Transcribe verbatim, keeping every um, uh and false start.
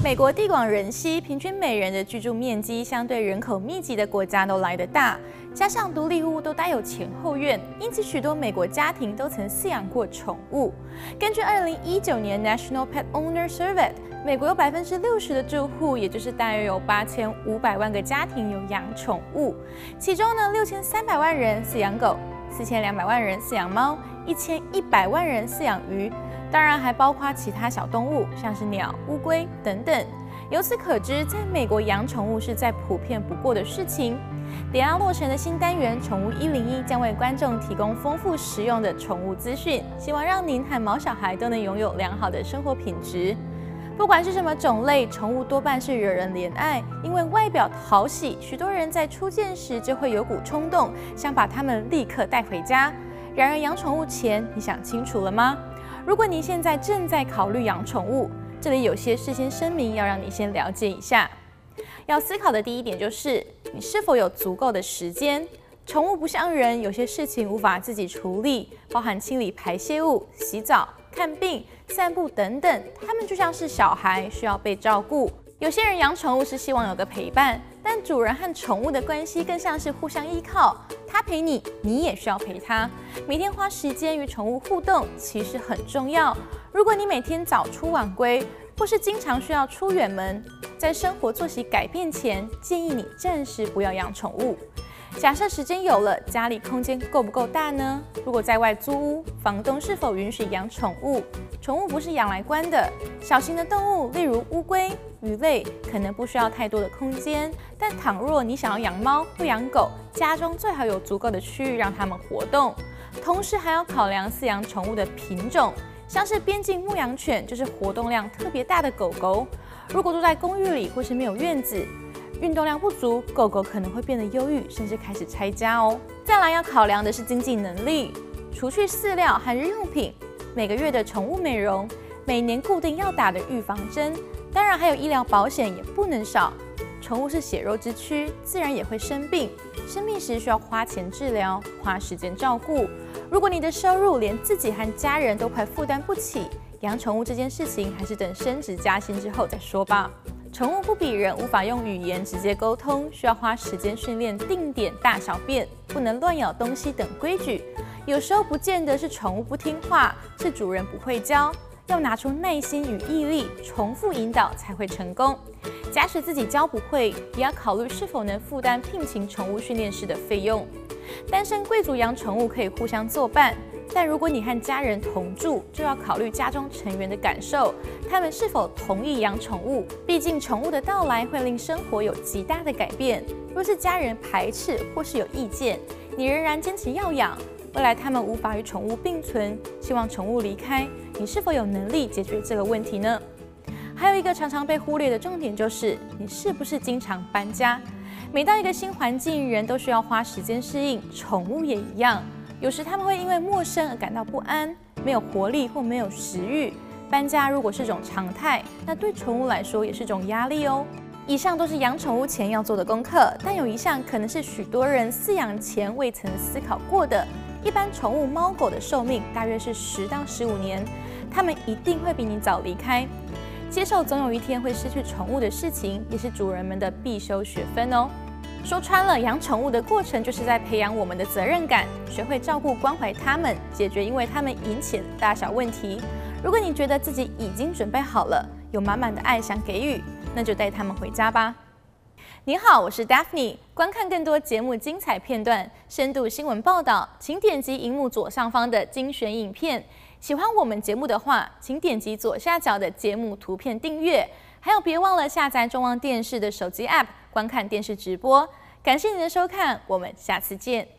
美国地广人稀，平均每人的居住面积相对人口密集的国家都来得大，加上独立屋都带有前后院，因此许多美国家庭都曾饲养过宠物。根据二零一九年 National Pet Owner Survey， 美国有百分之六十的住户，也就是大约有八千五百万个家庭有养宠物，其中呢六千三百万人饲养狗，四千两百万人饲养猫，一千一百万人饲养鱼。当然还包括其他小动物，像是鸟、乌龟等等。由此可知，在美国养宠物是再普遍不过的事情。即将落成的新单元《宠物一零一》将为观众提供丰富实用的宠物资讯，希望让您和毛小孩都能拥有良好的生活品质。不管是什么种类，宠物多半是惹人怜爱，因为外表讨喜，许多人在初见时就会有股冲动，想把它们立刻带回家。然而养宠物前，你想清楚了吗？如果你现在正在考虑养宠物，这里有些事先声明要让你先了解一下。要思考的第一点就是，你是否有足够的时间？宠物不像人，有些事情无法自己处理，包含清理排泄物、洗澡、看病、散步等等，它们就像是小孩，需要被照顾。有些人养宠物是希望有个陪伴，但主人和宠物的关系更像是互相依靠，它陪你，你也需要陪它。每天花时间与宠物互动其实很重要。如果你每天早出晚归，或是经常需要出远门，在生活作息改变前，建议你暂时不要养宠物。假设时间有了，家里空间够不够大呢？如果在外租屋，房东是否允许养宠物？宠物不是养来关的，小型的动物，例如乌龟、鱼类，可能不需要太多的空间。但倘若你想要养猫或养狗，家中最好有足够的区域让它们活动。同时还要考量饲养宠物的品种，像是边境牧羊犬就是活动量特别大的狗狗。如果住在公寓里或是没有院子，运动量不足，狗狗可能会变得忧郁，甚至开始拆家哦。再来要考量的是经济能力，除去饲料和日用品，每个月的宠物美容，每年固定要打的预防针，当然还有医疗保险也不能少。宠物是血肉之躯，自然也会生病，生病时需要花钱治疗，花时间照顾。如果你的收入连自己和家人都快负担不起，养宠物这件事情还是等升职加薪之后再说吧。宠物不比人，无法用语言直接沟通，需要花时间训练定点大小便，不能乱咬东西等规矩。有时候不见得是宠物不听话，是主人不会教，要拿出耐心与毅力，重复引导才会成功。假使自己教不会，也要考虑是否能负担聘请宠物训练师的费用。单身贵族养宠物可以互相作伴，但如果你和家人同住，就要考虑家中成员的感受，他们是否同意养宠物。毕竟宠物的到来会令生活有极大的改变。若是家人排斥或是有意见，你仍然坚持要养，未来他们无法与宠物并存，希望宠物离开，你是否有能力解决这个问题呢？还有一个常常被忽略的重点就是，你是不是经常搬家？每到一个新环境，人都需要花时间适应，宠物也一样。有时他们会因为陌生而感到不安，没有活力或没有食欲。搬家如果是种常态，那对宠物来说也是种压力哦。以上都是养宠物前要做的功课，但有一项可能是许多人饲养前未曾思考过的。一般宠物猫狗的寿命大约是十到十五年，它们一定会比你早离开。接受总有一天会失去宠物的事情，也是主人们的必修学分哦。说穿了，养宠物的过程就是在培养我们的责任感，学会照顾关怀它们，解决因为它们引起的大小问题。如果你觉得自己已经准备好了，有满满的爱想给予，那就带它们回家吧。你好，我是 Daphne。观看更多节目精彩片段、深度新闻报道，请点击荧幕左上方的精选影片。喜欢我们节目的话，请点击左下角的节目图片订阅。还有，别忘了下载中央电视的手机 App， 观看电视直播。感谢您的收看，我们下次见。